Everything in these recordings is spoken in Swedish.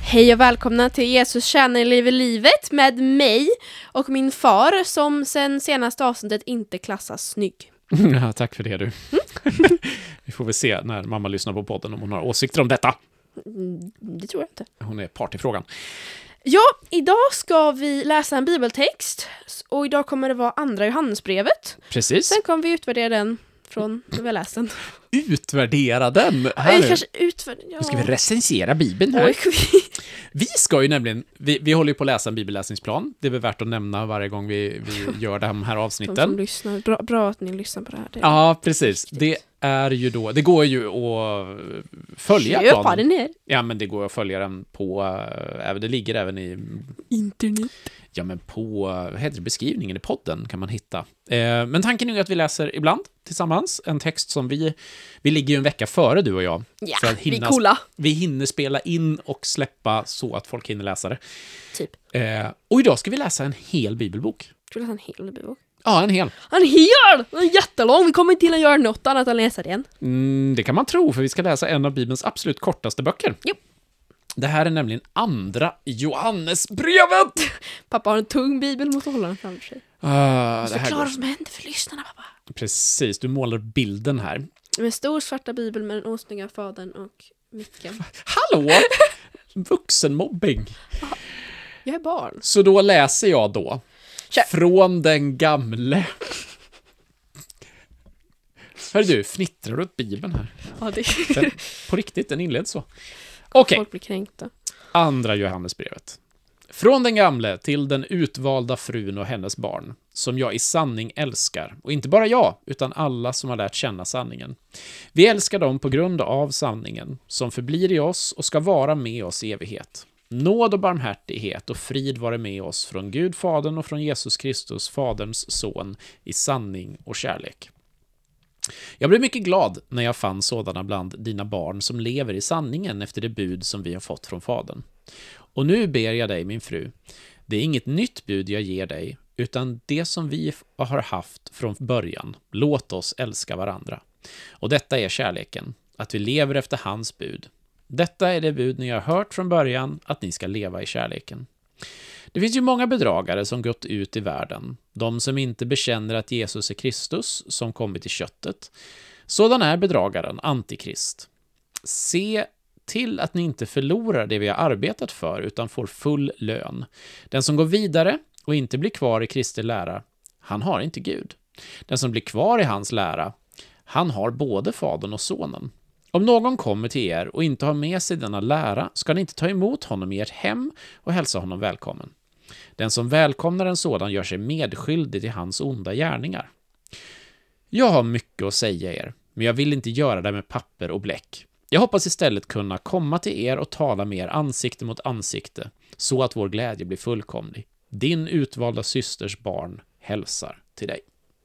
Hej och välkomna till Jesus tjänar lever livet med mig och min far som sen senaste avsnittet inte klassas snygg. Ja, tack för det du. Vi får väl se när mamma lyssnar på podden om hon har åsikter om detta. Det tror jag inte. Hon är part i frågan. Ja, idag ska vi läsa en bibeltext och idag kommer det vara andra Johannesbrevet. Precis. Sen kommer vi utvärdera den från när vi har läst den. Utvärdera den! Här Kanske Nu ska vi recensera Bibeln här. Vi ska ju nämligen, vi håller ju på att läsa en bibelläsningsplan. Det är väl värt att nämna varje gång vi gör de här avsnitten. De som lyssnar, bra att ni lyssnar på det här. Ja, precis. Det är ju då, det går ju att följa planen. Köpa den här. Ja, men det går att följa den på, det ligger även i internet. Ja, men på vad heter det, beskrivningen i podden kan man hitta. Men tanken är ju att vi läser ibland tillsammans en text som vi ligger ju en vecka före du och jag. Ja, för att vi är coola. Vi hinner spela in och släppa så att folk hinner läsa det. Typ. Och idag ska vi läsa en hel bibelbok. Ska vi läsa en hel bibelbok? Ja, en hel. En hel! Den är jättelång. Vi kommer inte till att göra något annat än läsa den. Det kan man tro, för vi ska läsa en av Bibelns absolut kortaste böcker. Jo. Det här är nämligen andra Johannesbrevet! Pappa har en tung bibel, måste hålla den framför sig. Förklara vad som händer för lyssnarna, pappa. Precis, du målar bilden här. Med en stor svarta bibel med den osnygga fadern och micken. Hallå! Vuxenmobbing. Jag är barn. Så då läser jag då. Kör. Från den gamle. Hör du, fnittrar du åt Bibeln här? Ja, det På riktigt, den inleds så. Okej. Folk blir kränkta. Andra Johannesbrevet. Från den gamle till den utvalda frun och hennes barn, som jag i sanning älskar, och inte bara jag, utan alla som har lärt känna sanningen. Vi älskar dem på grund av sanningen, som förblir i oss och ska vara med oss i evighet. Nåd och barmhärtighet och frid vare med oss från Gud Fadern och från Jesus Kristus, Faderns son, i sanning och kärlek. Jag blev mycket glad när jag fann sådana bland dina barn som lever i sanningen efter det bud som vi har fått från Fadern. Och nu ber jag dig, min fru, det är inget nytt bud jag ger dig, utan det som vi har haft från början. Låt oss älska varandra. Och detta är kärleken, att vi lever efter hans bud. Detta är det bud ni har hört från början, att ni ska leva i kärleken. Det finns ju många bedragare som gått ut i världen, de som inte bekänner att Jesus är Kristus som kommit i köttet. Sådan är bedragaren, antikrist. Se till att ni inte förlorar det vi har arbetat för utan får full lön. Den som går vidare och inte blir kvar i Kristi lära, han har inte Gud. Den som blir kvar i hans lära, han har både Fadern och Sonen. Om någon kommer till er och inte har med sig denna lära ska ni inte ta emot honom i ert hem och hälsa honom välkommen. Den som välkomnar en sådan gör sig medskyldig till hans onda gärningar. Jag har mycket att säga er, men jag vill inte göra det med papper och bläck. Jag hoppas istället kunna komma till er och tala med er ansikte mot ansikte, så att vår glädje blir fullkomlig. Din utvalda systers barn hälsar till dig.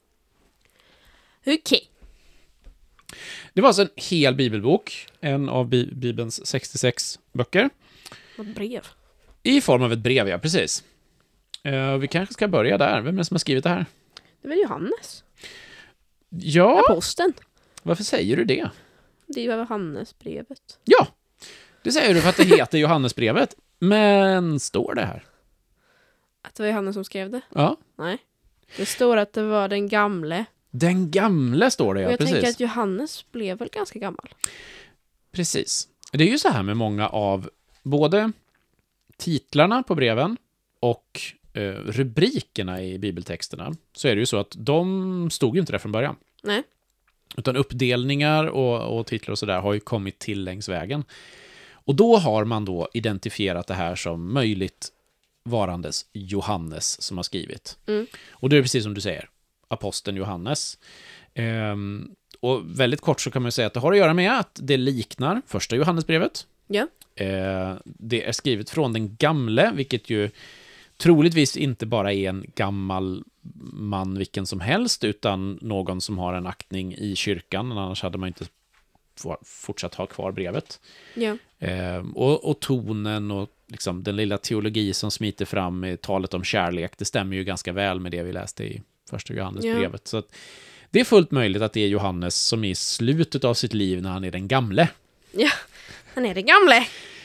Okej. Det var alltså en hel bibelbok, en av Bibelns 66 böcker. Vad brev. I form av ett brev, ja, precis. Vi kanske ska börja där. Vem är det som har skrivit det här? Det var Johannes. Ja, Aposteln. varför säger du det? Det var Johannesbrevet. Ja, det säger du för att det heter Johannesbrevet. Men står det här? Att det var Johannes som skrev det? Ja. Nej. Det står att det var den gamle. Den gamle står det, ja, och jag precis. tänker att Johannes blev väl ganska gammal. Precis. Det är ju så här med många av både titlarna på breven och rubrikerna i bibeltexterna, så är det ju så att de stod ju inte där från början. Nej. Utan uppdelningar och titlar och sådär har ju kommit till längs vägen. Och då har man då identifierat det här som möjligt varandes Johannes som har skrivit. Mm. Och det är precis som du säger, aposteln Johannes. Och väldigt kort så kan man säga att det har att göra med att det liknar första Johannesbrevet. Ja. Det är skrivet från den gamle, vilket ju troligtvis inte bara är en gammal man vilken som helst, utan någon som har en aktning i kyrkan, annars hade man inte fortsatt ha kvar brevet. Ja. Och tonen och liksom den lilla teologi som smiter fram i talet om kärlek, det stämmer ju ganska väl med det vi läste i första Johannesbrevet. Ja. Så att det är fullt möjligt att det är Johannes som är i slutet av sitt liv när han är den gamle. Ja, han är den gamle.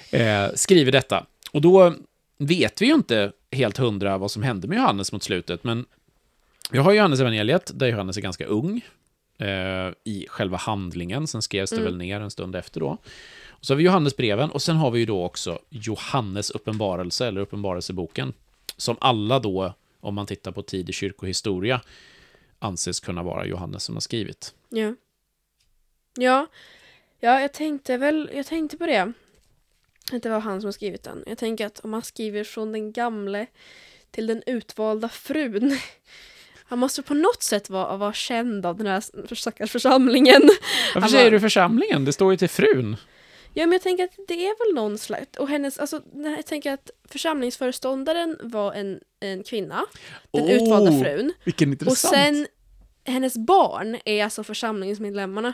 skriver detta. Och då vet vi ju inte helt 100 vad som hände med Johannes mot slutet, men vi har Johannes evangeliet där Johannes är ganska ung i själva handlingen. Sen skrevs det väl ner en stund efter då. Och så har vi Johannes breven och sen har vi ju då också Johannes uppenbarelse eller uppenbarelseboken som alla då, om man tittar på tidig kyrkohistoria, anses kunna vara Johannes som har skrivit. Ja, jag tänkte på det. Det var han som har skrivit den. Jag tänker att om man skriver från den gamle till den utvalda frun, han måste på något sätt vara känd av den här stackars församlingen. Varför säger du församlingen? Det står ju till frun. Ja, men jag tänker att det är väl någon slags... Och hennes, alltså, jag tänker att församlingsföreståndaren var en kvinna. Den utvalda frun. Vilken intressant. Och sen hennes barn är alltså församlingsmedlemmarna.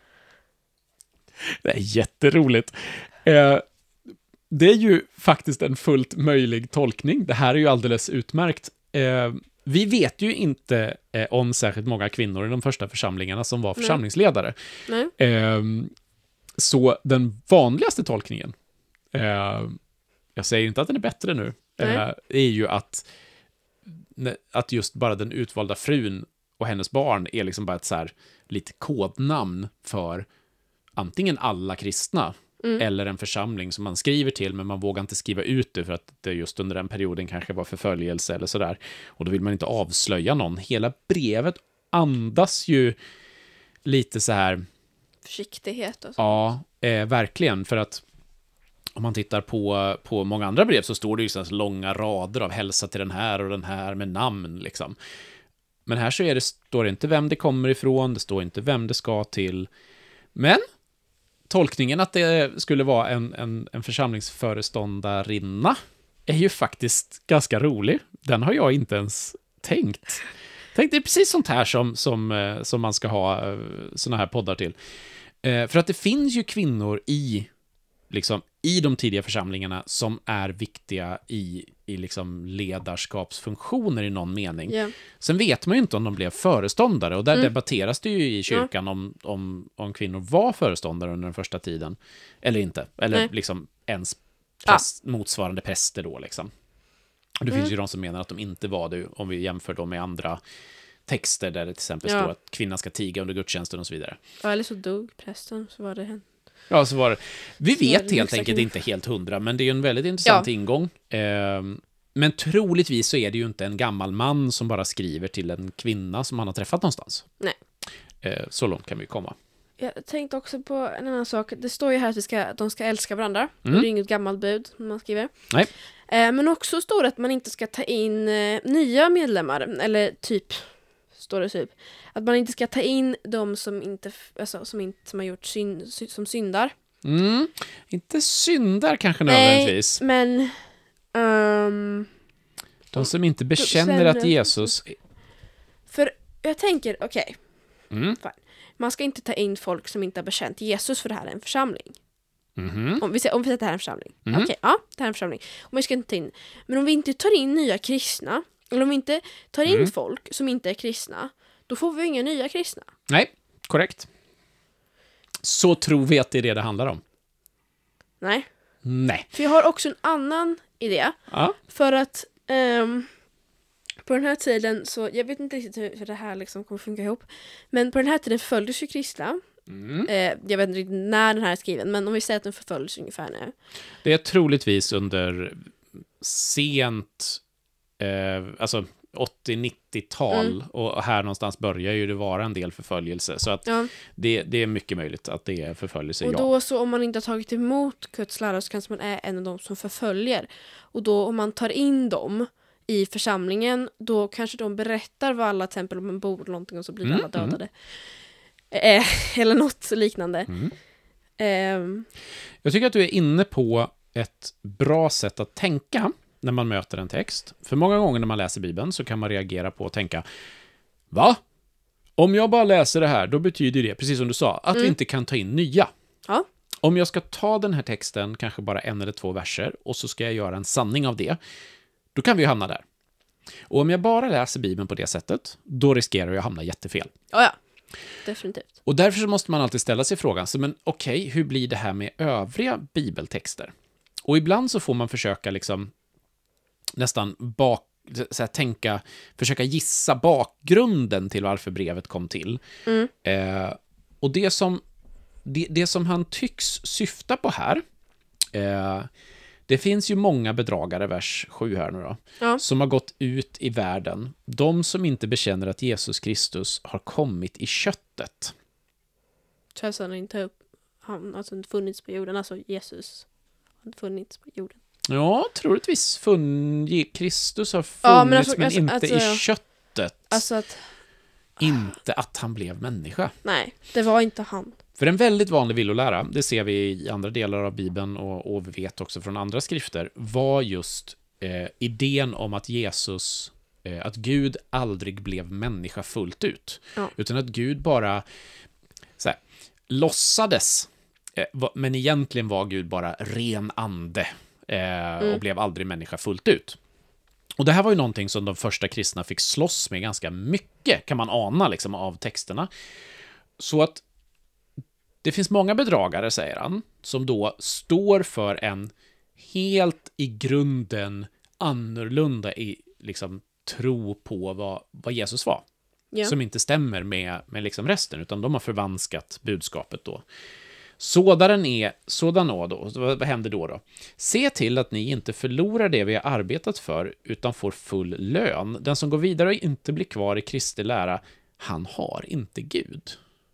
Det är jätteroligt. Det är ju faktiskt en fullt möjlig tolkning. Det här är ju alldeles utmärkt. Vi vet ju inte om särskilt många kvinnor i de första församlingarna som var församlingsledare. Nej. Så den vanligaste tolkningen, jag säger inte att den är bättre nu, är ju att just bara den utvalda frun och hennes barn är liksom bara ett så här lite kodnamn för antingen alla kristna eller en församling som man skriver till, men man vågar inte skriva ut det för att det just under den perioden kanske var förföljelse eller sådär. Och då vill man inte avslöja någon. Hela brevet andas ju lite så här försiktighet och så. Ja, verkligen. För att om man tittar på många andra brev så står det ju så långa rader av hälsa till den här och den här med namn liksom. Men här så står det inte vem det kommer ifrån, det står inte vem det ska till. Men tolkningen att det skulle vara en församlingsföreståndarinna är ju faktiskt ganska rolig. Den har jag inte ens tänkt. Det är precis sånt här som man ska ha såna här poddar till. För att det finns ju kvinnor i de tidiga församlingarna som är viktiga i liksom ledarskapsfunktioner i någon mening. Yeah. Sen vet man ju inte om de blev föreståndare, och där debatteras det ju i kyrkan om kvinnor var föreståndare under den första tiden eller inte, eller liksom ens motsvarande präster då liksom. Och det finns ju de som menar att de inte var det, om vi jämför dem med andra texter där det till exempel står att kvinnan ska tiga under gudstjänsten och så vidare. Ja, eller så dog prästen, så var det hen. Ja, så var det. Vi vet helt enkelt inte helt 100, men det är ju en väldigt intressant ingång. Men troligtvis så är det ju inte en gammal man som bara skriver till en kvinna som han har träffat någonstans. Nej. Så långt kan vi komma. Jag tänkte också på en annan sak. Det står ju här att de ska älska varandra. Det är inget gammalt bud man skriver. Nej. Men också står det att man inte ska ta in nya medlemmar. Eller står det typ. Att man inte ska ta in de som inte, alltså, som har gjort som syndar. Inte syndar kanske nödvändigtvis. Men de som inte bekänner att Jesus... För jag tänker, okej. Man ska inte ta in folk som inte har bekänt Jesus, för det här är en församling. Om vi säger att det här är en församling. Okej, ja, det här är en församling. Och vi ska inte ta in. Men om vi inte tar in nya kristna, eller om vi inte tar in folk som inte är kristna, då får vi inga nya kristna. Nej, korrekt. Så tror vi att det är det handlar om. Nej. För jag har också en annan idé. Ja. För att på den här tiden så, jag vet inte riktigt hur det här liksom kommer funka ihop, men på den här tiden förföljdes ju kristna. Jag vet inte riktigt när den här är skriven, men om vi säger att den förföljdes ungefär nu. Det är troligtvis under sent alltså 80-90-tal och här någonstans börjar ju det vara en del förföljelse, så att det är mycket möjligt att det är förföljelse. Och då så om man inte har tagit emot Guds lära så kanske man är en av dem som förföljer, och då om man tar in dem i församlingen, då kanske de berättar vad alla tempel, om man bor eller någonting, och så blir alla dödade. Eller något liknande. Jag tycker att du är inne på ett bra sätt att tänka när man möter en text. För många gånger när man läser Bibeln så kan man reagera på och tänka: va? Om jag bara läser det här, då betyder det, precis som du sa, att vi inte kan ta in nya. Ja. Om jag ska ta den här texten, kanske bara 1 eller 2 verser, och så ska jag göra en sanning av det, då kan vi ju hamna där. Och om jag bara läser Bibeln på det sättet, då riskerar jag att hamna jättefel. Ja, definitivt. Och därför så måste man alltid ställa sig frågan, så men okej, hur blir det här med övriga bibeltexter? Och ibland så får man försöka liksom nästan försöka gissa bakgrunden till varför brevet kom till. Och det som han tycks syfta på här, det finns ju många bedragare, vers 7 här nu då, som har gått ut i världen, de som inte bekänner att Jesus Kristus har kommit i köttet. Så alltså han inte upp, han alltså inte funnits på jorden, alltså Jesus har funnits på jorden. Ja, troligtvis Kristus har funnits, men inte i köttet. Alltså att... Inte att han blev människa. Nej, det var inte han. För en väldigt vanlig villolära, det ser vi i andra delar av Bibeln och vi vet också från andra skrifter, var just idén om att Jesus, att Gud aldrig blev människa fullt ut. Ja. Utan att Gud bara så här, låtsades, men egentligen var Gud bara ren ande och blev aldrig människa fullt ut. Och det här var ju någonting som de första kristna fick slåss med ganska mycket, kan man ana liksom, av texterna. Så att det finns många bedragare, säger han, som då står för en helt i grunden annorlunda i liksom tro på vad Jesus var. Ja. Som inte stämmer med liksom resten, utan de har förvanskat budskapet då. Vad händer då? Se till att ni inte förlorar det vi har arbetat för, utan får full lön. Den som går vidare och inte blir kvar i Kristi lära, han har inte Gud.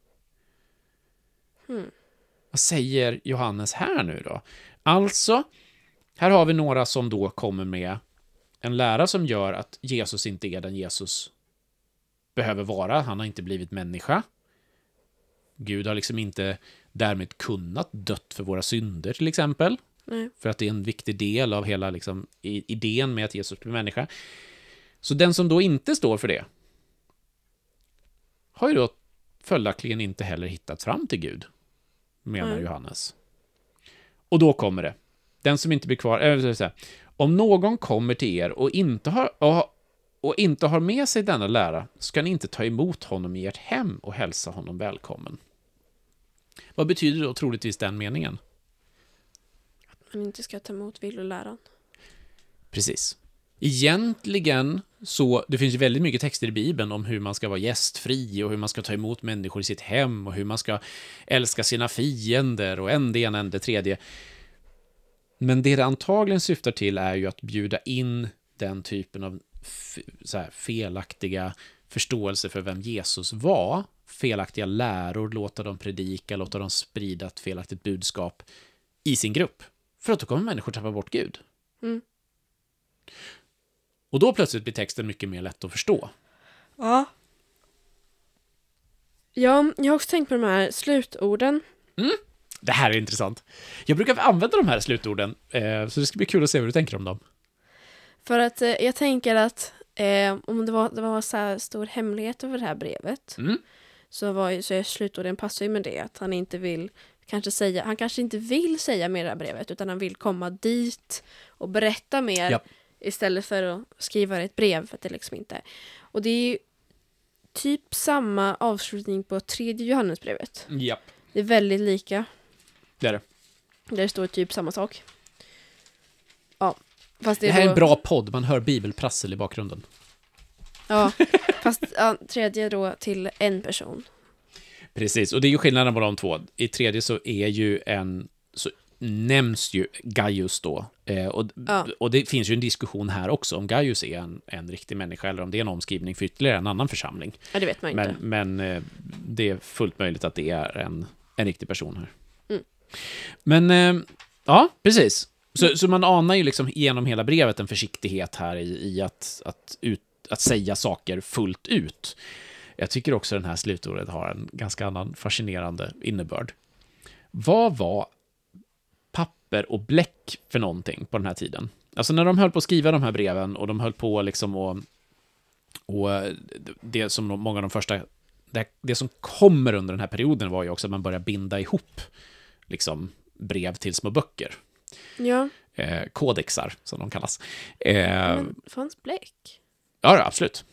Vad säger Johannes här nu då? Alltså, här har vi några som då kommer med en lära som gör att Jesus inte är den Jesus behöver vara. Han har inte blivit människa. Gud har liksom inte därmed kunnat dött för våra synder till exempel. Nej. För att det är en viktig del av hela liksom, idén med att Jesus blir människa. Så den som då inte står för det har ju då följaktligen inte heller hittat fram till Gud, menar Johannes. Och då kommer det. Den som inte blir kvar, om någon kommer till er och inte har med sig denna lära, ska ni inte ta emot honom i ert hem och hälsa honom välkommen. Vad betyder då troligtvis den meningen? Att man inte ska ta emot villoläran. Precis. Egentligen så, det finns ju väldigt mycket texter i Bibeln om hur man ska vara gästfri och hur man ska ta emot människor i sitt hem och hur man ska älska sina fiender och det ena, det tredje. Men det antagligen syftar till är ju att bjuda in den typen av så här felaktiga förståelse för vem Jesus var, felaktiga läror, låta dem predika, låta dem sprida ett felaktigt budskap i sin grupp. För att då kommer människor tappa bort Gud. Och då plötsligt blir texten mycket mer lätt att förstå. Ja. Ja, jag har också tänkt på de här slutorden. Det här är intressant. Jag brukar använda de här slutorden, så det ska bli kul att se vad du tänker om dem. För att jag tänker att om det var så här stor hemlighet över det här brevet, så är slutorden passar ju med det, att han inte vill han kanske inte vill säga mer i det här brevet, utan han vill komma dit och berätta mer istället för att skriva ett brev, för att det liksom inte är. Och det är ju typ samma avslutning på 3:e Johannesbrevet. Japp. Det är väldigt lika. Det är det. Där det står typ samma sak. Ja. Fast det här är en bra podd, man hör bibelprassel i bakgrunden. Ja, fast 3:e då till en person. Precis, och det är ju skillnaden på de två. I 3:e så är ju så nämns ju Gaius då. Och det finns ju en diskussion här också om Gaius är en riktig människa eller om det är en omskrivning för ytterligare en annan församling. Ja, det vet man inte. Men det är fullt möjligt att det är en riktig person här. Men ja, precis. Så man anar ju liksom genom hela brevet en försiktighet här i att säga saker fullt ut. Jag tycker också den här slutordet har en ganska annan fascinerande innebörd. Vad var papper och bläck för någonting på den här tiden? Alltså när de höll på att skriva de här breven och de höll på liksom och det som många av de första, det som kommer under den här perioden var ju också att man börjar binda ihop liksom brev till små böcker. Ja. Kodexar som de kallas. Men fanns bläck? Ja, absolut.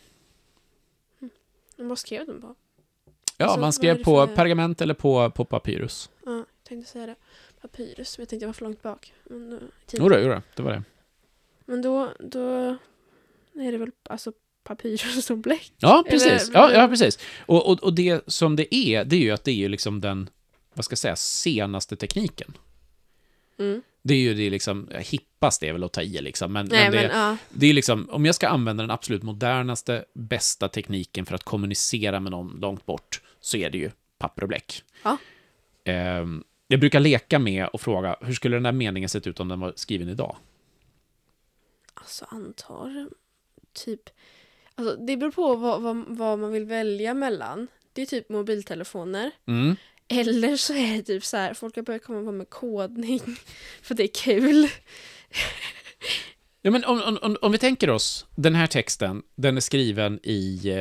Vad skrev de på? Ja, alltså, man skrev på pergament eller på papyrus. Ja, tänkte säga det. Papyrus, men jag tänkte jag var för långt bak. Men, Jo då, det var det. Men då är det väl alltså papyrus och bläck. Ja, precis. Ja, precis. Och det som det är ju att det är ju liksom den, vad ska jag säga, senaste tekniken. Det är ju det liksom, hippast är väl att ta i liksom, men det är liksom, om jag ska använda den absolut modernaste, bästa tekniken för att kommunicera med någon långt bort, så är det ju papper och bläck. Ja. Jag brukar leka med och fråga, hur skulle den där meningen sett ut om den var skriven idag? Alltså antar typ, alltså det beror på vad man vill välja mellan. Det är typ mobiltelefoner. Eller så är det typ så här, folk har börjat komma på med kodning för det är kul. Ja, men om vi tänker oss, den här texten, den är skriven i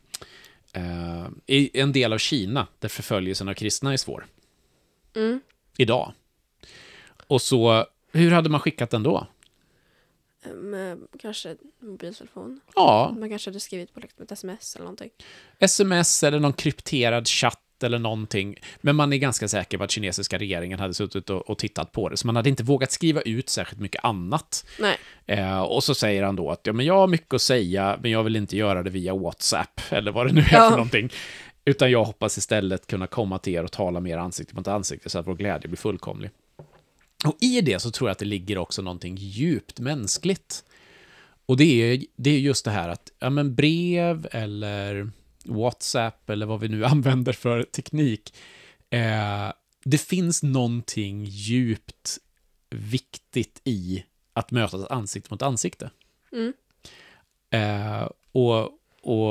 en del av Kina där förföljelsen av kristna är svår. Idag. Och så, hur hade man skickat den då? Med kanske mobiltelefon. Ja. Man kanske hade skrivit på ett sms eller någonting. SMS eller någon krypterad chatt eller någonting. Men man är ganska säker på att kinesiska regeringen hade suttit och tittat på det. Så man hade inte vågat skriva ut särskilt mycket annat. Nej. Och så säger han då att men jag har mycket att säga, men jag vill inte göra det via WhatsApp eller vad det nu är för någonting. Utan jag hoppas istället kunna komma till er och tala med er ansikte mot ansikte så att vår glädje blir fullkomlig. Och i det så tror jag att det ligger också någonting djupt mänskligt. Och det är just det här att men brev eller WhatsApp eller vad vi nu använder för teknik. Det finns någonting djupt viktigt i att mötas ansikte mot ansikte. Och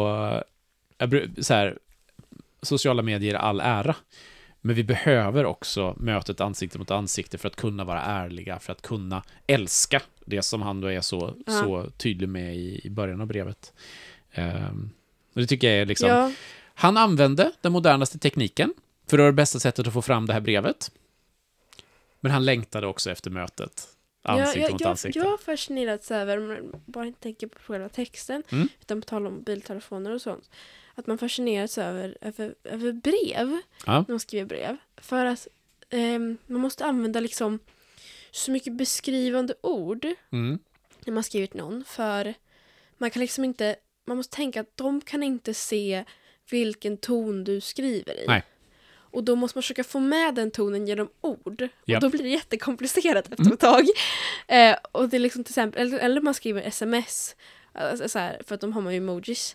så här, sociala medier är all ära. Men vi behöver också mötet ansikte mot ansikte för att kunna vara ärliga, för att kunna älska det som han då är så tydlig med i början av brevet. Och det tycker jag är liksom... Han använde den modernaste tekniken för det var det bästa sättet att få fram det här brevet. Men han längtade också efter mötet ansikte mot ansikte. Jag har fascinerats över, bara inte tänker på själva texten, utan på tal om mobiltelefoner och sånt. Att man fascineras över brev, när man skriver brev. För att man måste använda liksom så mycket beskrivande ord när man skrivit någon. För man kan liksom inte, man måste tänka att de kan inte se vilken ton du skriver i. Nej. Och då måste man försöka få med den tonen genom ord. Och då blir det jättekomplicerat efter ett tag. Och det är liksom till exempel, eller man skriver sms. Alltså, så här, för att de har man ju emojis.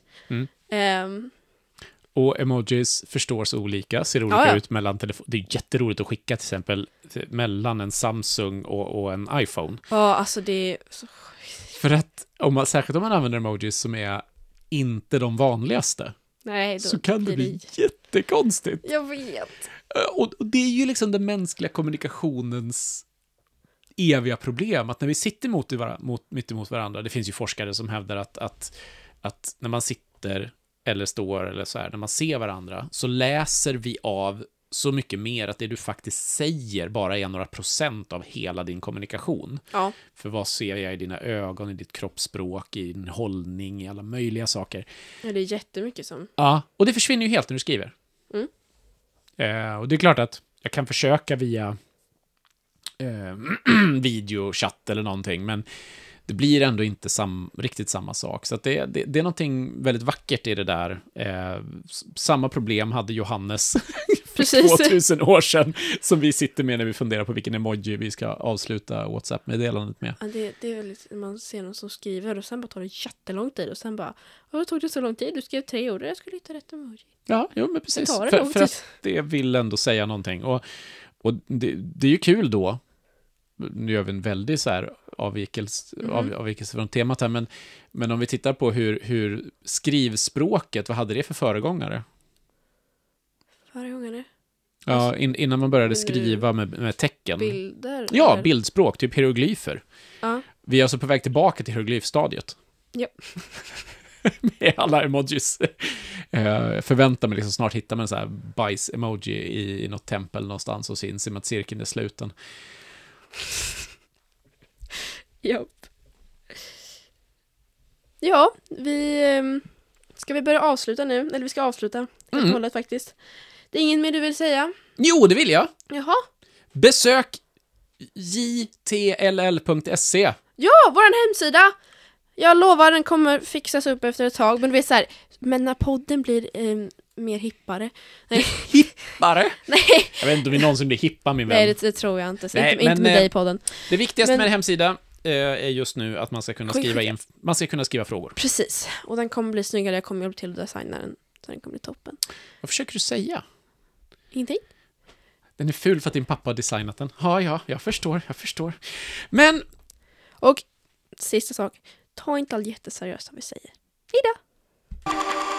Och emojis förstås olika, ser olika ut mellan telefon. Det är jätteroligt att skicka till exempel mellan en Samsung och en iPhone. Ja, alltså det är så... För att, särskilt om man använder emojis som är inte de vanligaste. Nej, så kan det bli jättekonstigt. Jag vet. Och det är ju liksom den mänskliga kommunikationens eviga problem. Att när vi sitter mitt emot varandra, det finns ju forskare som hävdar att när man sitter eller står eller så här, när man ser varandra så läser vi av så mycket mer att det du faktiskt säger bara är några procent av hela din kommunikation. Ja. För vad ser jag i dina ögon, i ditt kroppsspråk, i din hållning, i alla möjliga saker. Ja, det är jättemycket som... Ja, och det försvinner ju helt när du skriver. Och det är klart att jag kan försöka via videochatt eller någonting, men det blir ändå inte riktigt samma sak. Så att det är någonting väldigt vackert i det där. Samma problem hade Johannes för 2000 år sedan som vi sitter med när vi funderar på vilken emoji vi ska avsluta WhatsApp-meddelandet med. Ja, det är väl man ser någon som skriver och sen bara tar det jättelång tid och sen bara, vad tog det så lång tid? Du skrev 3 ord och jag skulle hitta rätt emoji. Ja, jo, men precis. För att det vill ändå säga någonting. Och det är ju kul då. Nu gör vi en väldigt så här avvikelse från temat här, men om vi tittar på hur skrivspråket, vad hade det för föregångare? Föregångare? Ja, innan man började skriva med tecken. Bilder? Ja, eller? Bildspråk, typ hieroglyfer. Ja. Vi är alltså på väg tillbaka till hieroglyfstadiet. Ja. Med alla emojis. Förväntar mig liksom snart hitta en så här bajs-emoji i något tempel någonstans och så inser man att cirkeln är sluten. Japp. Ja, ska vi börja avsluta nu? Eller vi ska avsluta helt och hållet faktiskt. Det är ingen mer du vill säga? Jo, det vill jag. Jaha. Besök jtll.se. Ja, vår hemsida! Jag lovar, den kommer fixas upp efter ett tag. Men du vet så här, men när podden blir mer hippare. Nej. Hippare? Nej. Jag vet inte om vi någonsin blir hippa, min vän. Nej, det tror jag inte. Nej, inte med dig i podden. Det viktigaste med en hemsida är just nu att man ska kunna skriva frågor. Precis. Och den kommer bli snyggare. Jag kommer hjälpa till att designa den. Så den kommer bli toppen. Vad försöker du säga? Ingenting. Den är ful för att din pappa har designat den. Ja, jag förstår. Men... Och sista sak. Ta inte allt jätteseriöst som vi säger. Hejdå!